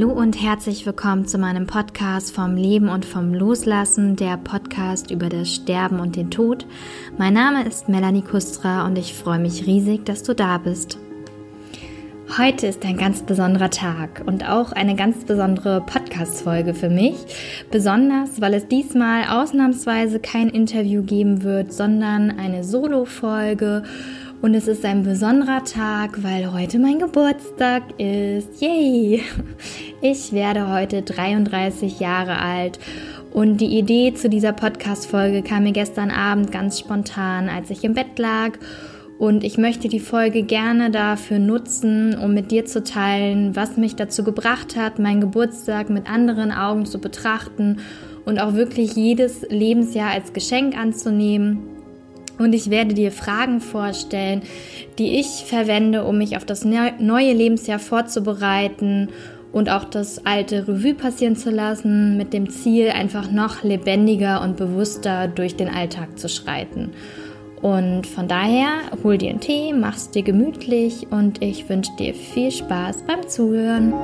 Hallo und herzlich willkommen zu meinem Podcast vom Leben und vom Loslassen, der Podcast über das Sterben und den Tod. Mein Name ist Melanie Kustra und ich freue mich riesig, dass du da bist. Heute ist ein ganz besonderer Tag und auch eine ganz besondere Podcast-Folge für mich. Besonders, weil es diesmal ausnahmsweise kein Interview geben wird, sondern eine Solo-Folge. Und es ist ein besonderer Tag, weil heute mein Geburtstag ist. Yay! Ich werde heute 33 Jahre alt. Und die Idee zu dieser Podcast-Folge kam mir gestern Abend ganz spontan, als ich im Bett lag. Und ich möchte die Folge gerne dafür nutzen, um mit dir zu teilen, was mich dazu gebracht hat, meinen Geburtstag mit anderen Augen zu betrachten und auch wirklich jedes Lebensjahr als Geschenk anzunehmen. Und ich werde dir Fragen vorstellen, die ich verwende, um mich auf das neue Lebensjahr vorzubereiten und auch das alte Revue passieren zu lassen, mit dem Ziel, einfach noch lebendiger und bewusster durch den Alltag zu schreiten. Und von daher, hol dir einen Tee, mach's dir gemütlich und ich wünsche dir viel Spaß beim Zuhören.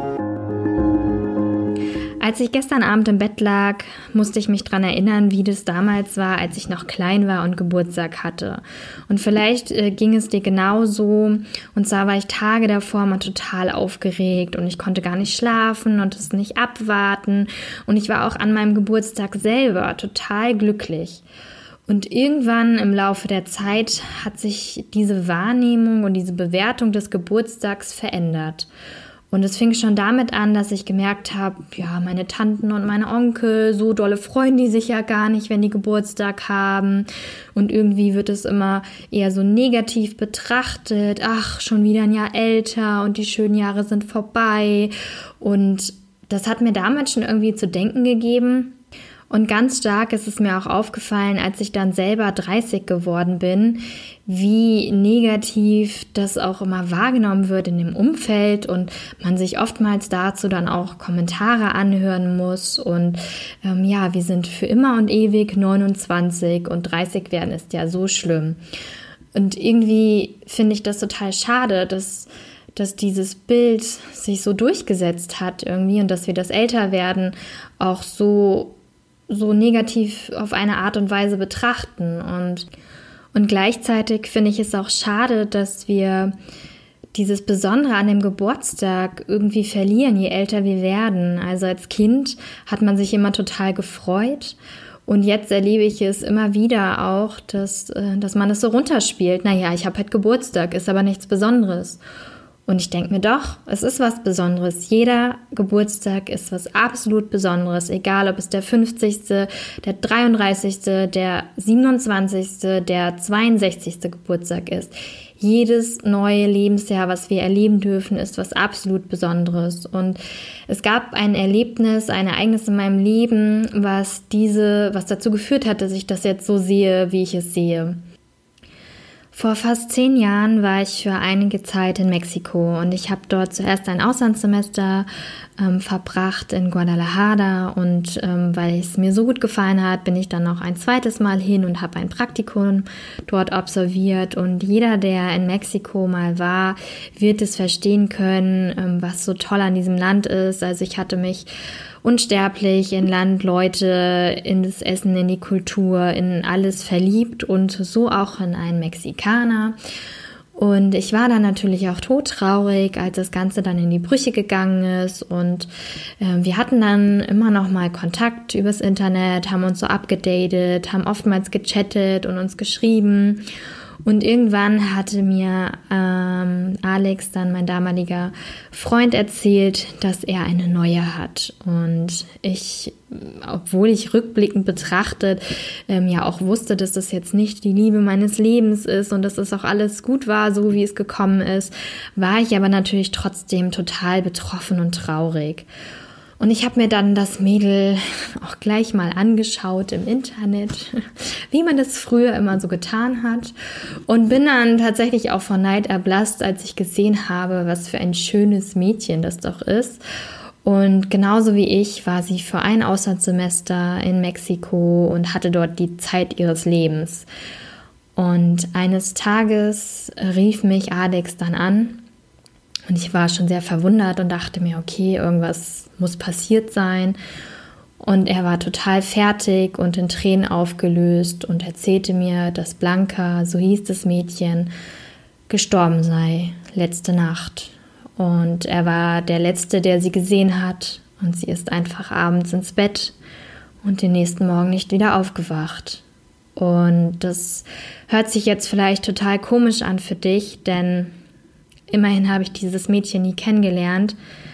Als ich gestern Abend im Bett lag, musste ich mich daran erinnern, wie das damals war, als ich noch klein war und Geburtstag hatte. Und vielleicht ging es dir genauso. Und zwar war ich Tage davor mal total aufgeregt und ich konnte gar nicht schlafen und es nicht abwarten. Und ich war auch an meinem Geburtstag selber total glücklich. Und irgendwann im Laufe der Zeit hat sich diese Wahrnehmung und diese Bewertung des Geburtstags verändert. Und es fing schon damit an, dass ich gemerkt habe, ja, meine Tanten und meine Onkel, so dolle freuen die sich ja gar nicht, wenn die Geburtstag haben. Und irgendwie wird es immer eher so negativ betrachtet. Ach, schon wieder ein Jahr älter und die schönen Jahre sind vorbei. Und das hat mir damals schon irgendwie zu denken gegeben. Und ganz stark ist es mir auch aufgefallen, als ich dann selber 30 geworden bin, wie negativ das auch immer wahrgenommen wird in dem Umfeld und man sich oftmals dazu dann auch Kommentare anhören muss. Und wir sind für immer und ewig 29 und 30 werden ist ja so schlimm. Und irgendwie finde ich das total schade, dass dieses Bild sich so durchgesetzt hat irgendwie und dass wir das Älterwerden auch so negativ auf eine Art und Weise betrachten. Und gleichzeitig finde ich es auch schade, dass wir dieses Besondere an dem Geburtstag irgendwie verlieren, je älter wir werden. Also als Kind hat man sich immer total gefreut. Und jetzt erlebe ich es immer wieder auch, dass man es so runterspielt. Naja, ich habe halt Geburtstag, ist aber nichts Besonderes. Und ich denke mir doch, es ist was Besonderes. Jeder Geburtstag ist was absolut Besonderes, egal ob es der 50., der 33., der 27., der 62. Geburtstag ist. Jedes neue Lebensjahr, was wir erleben dürfen, ist was absolut Besonderes. Und es gab ein Erlebnis, ein Ereignis in meinem Leben, was dazu geführt hat, dass ich das jetzt so sehe, wie ich es sehe. Vor fast 10 Jahren war ich für einige Zeit in Mexiko und ich habe dort zuerst ein Auslandssemester verbracht in Guadalajara und weil es mir so gut gefallen hat, bin ich dann noch ein zweites Mal hin und habe ein Praktikum dort absolviert. Und jeder, der in Mexiko mal war, wird es verstehen können, was so toll an diesem Land ist. Also ich hatte mich unsterblich in Land, Leute, in das Essen, in die Kultur, in alles verliebt und so auch in einen Mexikaner. Und ich war dann natürlich auch todtraurig, als das Ganze dann in die Brüche gegangen ist. Und wir hatten dann immer noch mal Kontakt übers Internet, haben uns so abgedatet, haben oftmals gechattet und uns geschrieben. Und irgendwann hatte mir Alex, dann mein damaliger Freund, erzählt, dass er eine neue hat. Und ich, obwohl ich rückblickend betrachtet auch wusste, dass das jetzt nicht die Liebe meines Lebens ist und dass das auch alles gut war, so wie es gekommen ist, war ich aber natürlich trotzdem total betroffen und traurig. Und ich habe mir dann das Mädel auch gleich mal angeschaut im Internet, wie man das früher immer so getan hat. Und bin dann tatsächlich auch vor Neid erblasst, als ich gesehen habe, was für ein schönes Mädchen das doch ist. Und genauso wie ich war sie für ein Auslandssemester in Mexiko und hatte dort die Zeit ihres Lebens. Und eines Tages rief mich Alex dann an. Und ich war schon sehr verwundert und dachte mir, okay, irgendwas muss passiert sein. Und er war total fertig und in Tränen aufgelöst und erzählte mir, dass Blanca, so hieß das Mädchen, gestorben sei, letzte Nacht. Und er war der Letzte, der sie gesehen hat. Und sie ist einfach abends ins Bett und den nächsten Morgen nicht wieder aufgewacht. Und das hört sich jetzt vielleicht total komisch an für dich, denn immerhin habe ich dieses Mädchen nie kennengelernt.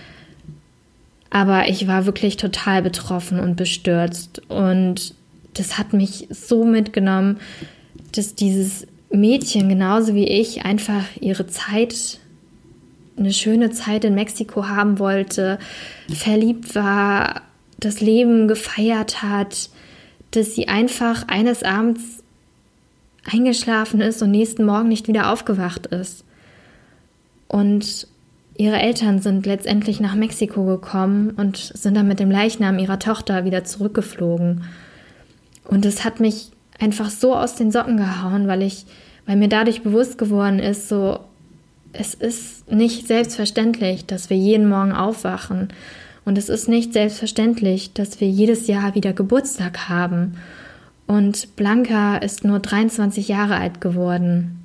Aber ich war wirklich total betroffen und bestürzt. Und das hat mich so mitgenommen, dass dieses Mädchen, genauso wie ich, einfach ihre Zeit, eine schöne Zeit in Mexiko haben wollte, verliebt war, das Leben gefeiert hat, dass sie einfach eines Abends eingeschlafen ist und nächsten Morgen nicht wieder aufgewacht ist. Und ihre Eltern sind letztendlich nach Mexiko gekommen und sind dann mit dem Leichnam ihrer Tochter wieder zurückgeflogen. Und es hat mich einfach so aus den Socken gehauen, weil mir dadurch bewusst geworden ist, so, es ist nicht selbstverständlich, dass wir jeden Morgen aufwachen. Und es ist nicht selbstverständlich, dass wir jedes Jahr wieder Geburtstag haben. Und Blanca ist nur 23 Jahre alt geworden.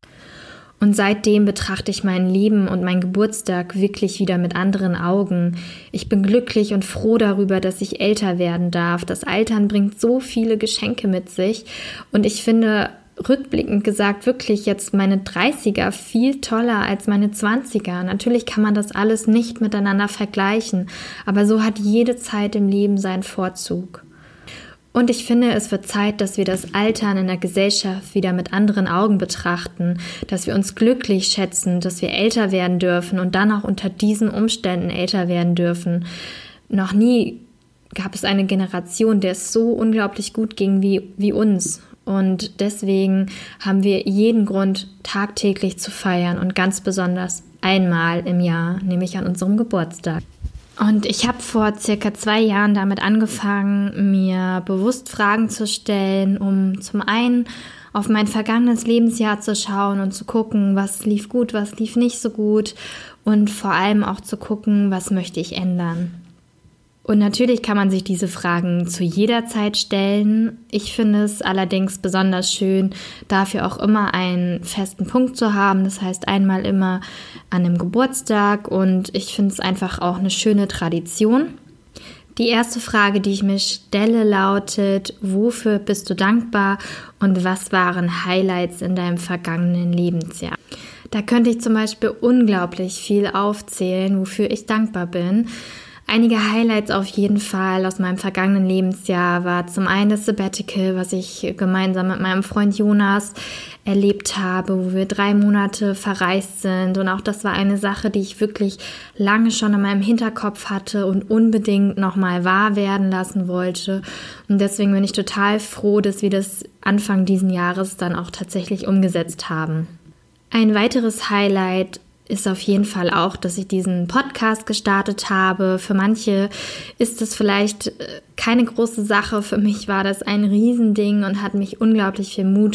Und seitdem betrachte ich mein Leben und meinen Geburtstag wirklich wieder mit anderen Augen. Ich bin glücklich und froh darüber, dass ich älter werden darf. Das Altern bringt so viele Geschenke mit sich. Und ich finde, rückblickend gesagt, wirklich jetzt meine 30er viel toller als meine 20er. Natürlich kann man das alles nicht miteinander vergleichen, aber so hat jede Zeit im Leben seinen Vorzug. Und ich finde, es wird Zeit, dass wir das Altern in der Gesellschaft wieder mit anderen Augen betrachten, dass wir uns glücklich schätzen, dass wir älter werden dürfen und dann auch unter diesen Umständen älter werden dürfen. Noch nie gab es eine Generation, der es so unglaublich gut ging wie uns. Und deswegen haben wir jeden Grund, tagtäglich zu feiern und ganz besonders einmal im Jahr, nämlich an unserem Geburtstag. Und ich habe vor circa 2 Jahren damit angefangen, mir bewusst Fragen zu stellen, um zum einen auf mein vergangenes Lebensjahr zu schauen und zu gucken, was lief gut, was lief nicht so gut und vor allem auch zu gucken, was möchte ich ändern. Und natürlich kann man sich diese Fragen zu jeder Zeit stellen. Ich finde es allerdings besonders schön, dafür auch immer einen festen Punkt zu haben. Das heißt einmal immer an einem Geburtstag und ich finde es einfach auch eine schöne Tradition. Die erste Frage, die ich mir stelle, lautet: Wofür bist du dankbar und was waren Highlights in deinem vergangenen Lebensjahr? Da könnte ich zum Beispiel unglaublich viel aufzählen, wofür ich dankbar bin. Einige Highlights auf jeden Fall aus meinem vergangenen Lebensjahr war zum einen das Sabbatical, was ich gemeinsam mit meinem Freund Jonas erlebt habe, wo wir 3 Monate verreist sind. Und auch das war eine Sache, die ich wirklich lange schon in meinem Hinterkopf hatte und unbedingt nochmal wahr werden lassen wollte. Und deswegen bin ich total froh, dass wir das Anfang diesen Jahres dann auch tatsächlich umgesetzt haben. Ein weiteres Highlight ist auf jeden Fall auch, dass ich diesen Podcast gestartet habe. Für manche ist das vielleicht keine große Sache. Für mich war das ein Riesending und hat mich unglaublich viel Mut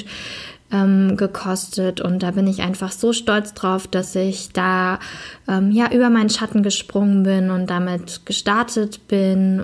gekostet. Und da bin ich einfach so stolz drauf, dass ich da über meinen Schatten gesprungen bin und damit gestartet bin.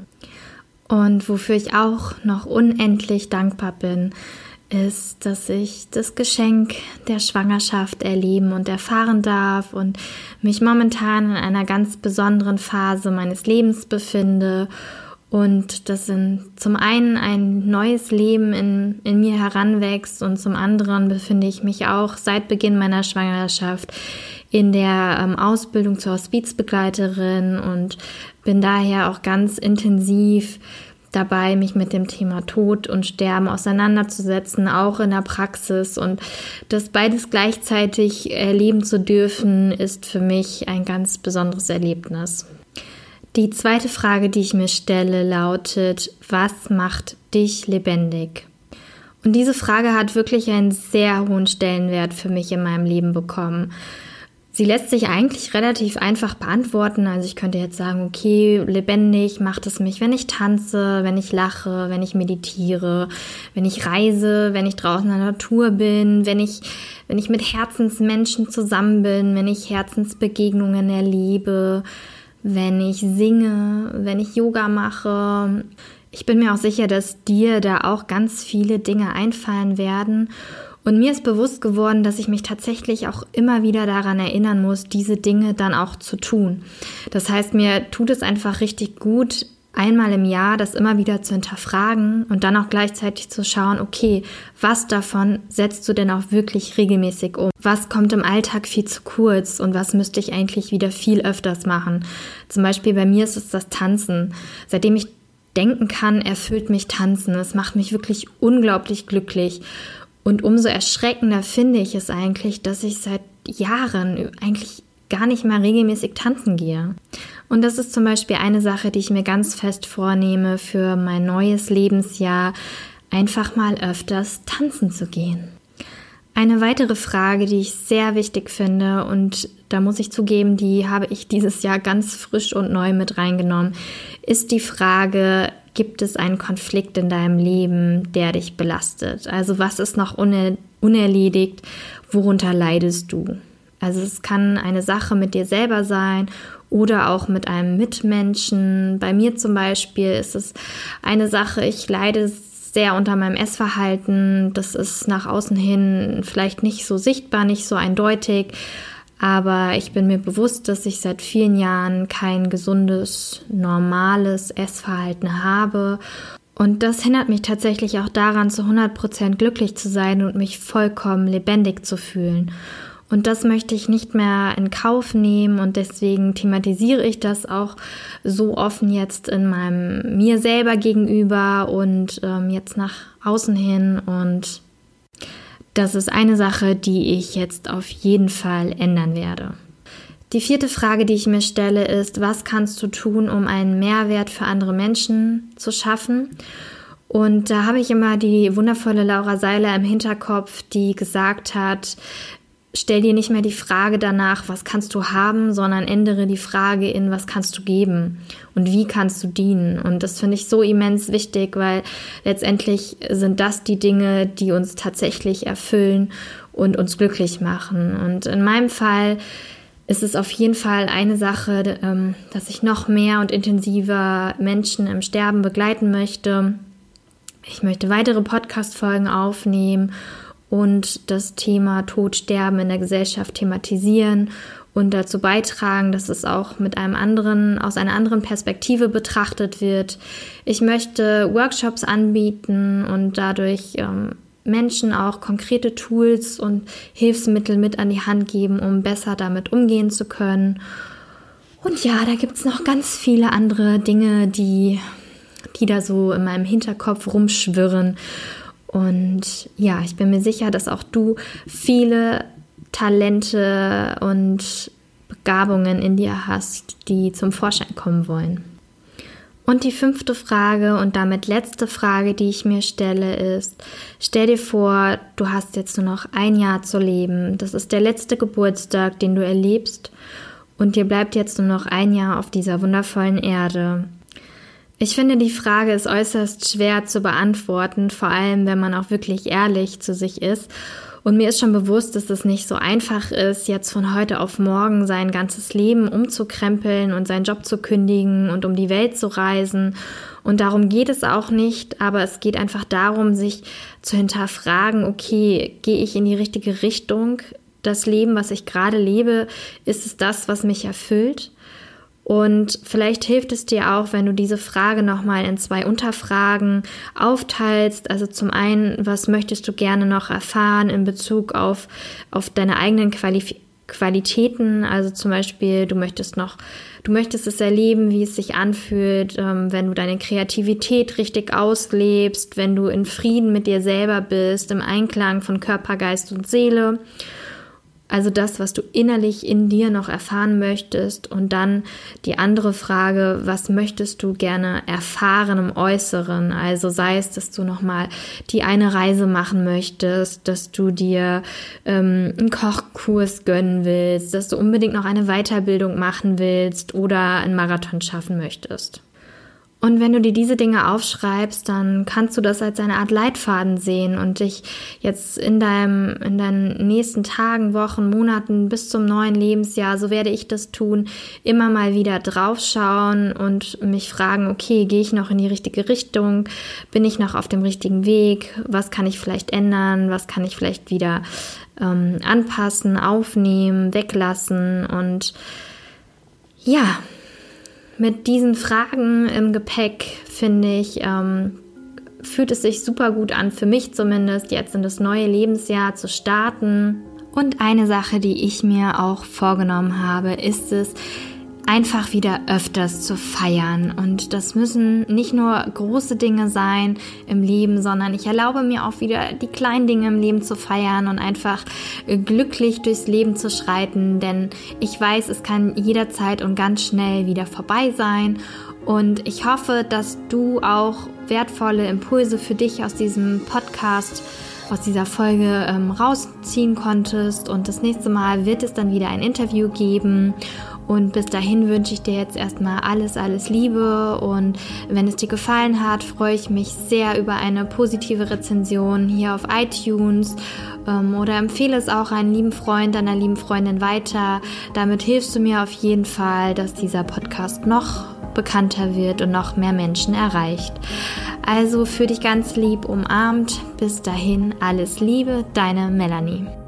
Und wofür ich auch noch unendlich dankbar bin, ist, dass ich das Geschenk der Schwangerschaft erleben und erfahren darf und mich momentan in einer ganz besonderen Phase meines Lebens befinde und dass zum einen ein neues Leben in mir heranwächst und zum anderen befinde ich mich auch seit Beginn meiner Schwangerschaft in der Ausbildung zur Hospizbegleiterin und bin daher auch ganz intensiv dabei, mich mit dem Thema Tod und Sterben auseinanderzusetzen, auch in der Praxis. Und das beides gleichzeitig erleben zu dürfen, ist für mich ein ganz besonderes Erlebnis. Die zweite Frage, die ich mir stelle, lautet: Was macht dich lebendig? Und diese Frage hat wirklich einen sehr hohen Stellenwert für mich in meinem Leben bekommen. Sie lässt sich eigentlich relativ einfach beantworten. Also ich könnte jetzt sagen, okay, lebendig macht es mich, wenn ich tanze, wenn ich lache, wenn ich meditiere, wenn ich reise, wenn ich draußen in der Natur bin, wenn ich mit Herzensmenschen zusammen bin, wenn ich Herzensbegegnungen erlebe, wenn ich singe, wenn ich Yoga mache. Ich bin mir auch sicher, dass dir da auch ganz viele Dinge einfallen werden. Und mir ist bewusst geworden, dass ich mich tatsächlich auch immer wieder daran erinnern muss, diese Dinge dann auch zu tun. Das heißt, mir tut es einfach richtig gut, einmal im Jahr das immer wieder zu hinterfragen und dann auch gleichzeitig zu schauen, okay, was davon setzt du denn auch wirklich regelmäßig um? Was kommt im Alltag viel zu kurz und was müsste ich eigentlich wieder viel öfters machen? Zum Beispiel bei mir ist es das Tanzen. Seitdem ich denken kann, erfüllt mich Tanzen. Es macht mich wirklich unglaublich glücklich. Und umso erschreckender finde ich es eigentlich, dass ich seit Jahren eigentlich gar nicht mehr regelmäßig tanzen gehe. Und das ist zum Beispiel eine Sache, die ich mir ganz fest vornehme für mein neues Lebensjahr, einfach mal öfters tanzen zu gehen. Eine weitere Frage, die ich sehr wichtig finde, und da muss ich zugeben, die habe ich dieses Jahr ganz frisch und neu mit reingenommen, ist die Frage: Gibt es einen Konflikt in deinem Leben, der dich belastet? Also was ist noch unerledigt? Worunter leidest du? Also es kann eine Sache mit dir selber sein oder auch mit einem Mitmenschen. Bei mir zum Beispiel ist es eine Sache, ich leide sehr unter meinem Essverhalten. Das ist nach außen hin vielleicht nicht so sichtbar, nicht so eindeutig. Aber ich bin mir bewusst, dass ich seit vielen Jahren kein gesundes, normales Essverhalten habe. Und das hindert mich tatsächlich auch daran, zu 100% glücklich zu sein und mich vollkommen lebendig zu fühlen. Und das möchte ich nicht mehr in Kauf nehmen und deswegen thematisiere ich das auch so offen jetzt in meinem mir selber gegenüber und jetzt nach außen hin. Und das ist eine Sache, die ich jetzt auf jeden Fall ändern werde. Die 4. Frage, die ich mir stelle, ist: Was kannst du tun, um einen Mehrwert für andere Menschen zu schaffen? Und da habe ich immer die wundervolle Laura Seiler im Hinterkopf, die gesagt hat: Stell dir nicht mehr die Frage danach, was kannst du haben, sondern ändere die Frage in, was kannst du geben und wie kannst du dienen. Und das finde ich so immens wichtig, weil letztendlich sind das die Dinge, die uns tatsächlich erfüllen und uns glücklich machen. Und in meinem Fall ist es auf jeden Fall eine Sache, dass ich noch mehr und intensiver Menschen im Sterben begleiten möchte. Ich möchte weitere Podcast-Folgen aufnehmen und das Thema Tod, Sterben in der Gesellschaft thematisieren und dazu beitragen, dass es auch aus einer anderen Perspektive betrachtet wird. Ich möchte Workshops anbieten und dadurch Menschen auch konkrete Tools und Hilfsmittel mit an die Hand geben, um besser damit umgehen zu können. Und ja, da gibt es noch ganz viele andere Dinge, die da so in meinem Hinterkopf rumschwirren. Und ja, ich bin mir sicher, dass auch du viele Talente und Begabungen in dir hast, die zum Vorschein kommen wollen. Und die 5. Frage und damit letzte Frage, die ich mir stelle, ist: Stell dir vor, du hast jetzt nur noch ein Jahr zu leben. Das ist der letzte Geburtstag, den du erlebst, und dir bleibt jetzt nur noch ein Jahr auf dieser wundervollen Erde. Ich finde, die Frage ist äußerst schwer zu beantworten, vor allem wenn man auch wirklich ehrlich zu sich ist. Und mir ist schon bewusst, dass es nicht so einfach ist, jetzt von heute auf morgen sein ganzes Leben umzukrempeln und seinen Job zu kündigen und um die Welt zu reisen. Und darum geht es auch nicht, aber es geht einfach darum, sich zu hinterfragen: Okay, gehe ich in die richtige Richtung? Das Leben, was ich gerade lebe, ist es das, was mich erfüllt? Und vielleicht hilft es dir auch, wenn du diese Frage nochmal in 2 Unterfragen aufteilst. Also zum einen, was möchtest du gerne noch erfahren in Bezug auf deine eigenen Qualitäten? Also zum Beispiel, du möchtest es erleben, wie es sich anfühlt, wenn du deine Kreativität richtig auslebst, wenn du in Frieden mit dir selber bist, im Einklang von Körper, Geist und Seele. Also das, was du innerlich in dir noch erfahren möchtest. Und dann die andere Frage: Was möchtest du gerne erfahren im Äußeren? Also sei es, dass du nochmal die eine Reise machen möchtest, dass du dir einen Kochkurs gönnen willst, dass du unbedingt noch eine Weiterbildung machen willst oder einen Marathon schaffen möchtest. Und wenn du dir diese Dinge aufschreibst, dann kannst du das als eine Art Leitfaden sehen und dich jetzt in deinen nächsten Tagen, Wochen, Monaten bis zum neuen Lebensjahr, so werde ich das tun, immer mal wieder draufschauen und mich fragen, okay, gehe ich noch in die richtige Richtung? Bin ich noch auf dem richtigen Weg? Was kann ich vielleicht ändern? Was kann ich vielleicht wieder anpassen, aufnehmen, weglassen? Und ja, mit diesen Fragen im Gepäck, finde ich, fühlt es sich super gut an, für mich zumindest, jetzt in das neue Lebensjahr zu starten. Und eine Sache, die ich mir auch vorgenommen habe, ist es, einfach wieder öfters zu feiern. Und das müssen nicht nur große Dinge sein im Leben, sondern ich erlaube mir auch wieder, die kleinen Dinge im Leben zu feiern und einfach glücklich durchs Leben zu schreiten. Denn ich weiß, es kann jederzeit und ganz schnell wieder vorbei sein. Und ich hoffe, dass du auch wertvolle Impulse für dich aus diesem Podcast, aus dieser Folge rausziehen konntest. Und das nächste Mal wird es dann wieder ein Interview geben. Und bis dahin wünsche ich dir jetzt erstmal alles Liebe. Und wenn es dir gefallen hat, freue ich mich sehr über eine positive Rezension hier auf iTunes oder empfehle es auch einem lieben Freund, einer lieben Freundin weiter. Damit hilfst du mir auf jeden Fall, dass dieser Podcast noch bekannter wird und noch mehr Menschen erreicht. Also für dich ganz lieb umarmt. Bis dahin alles Liebe, deine Melanie.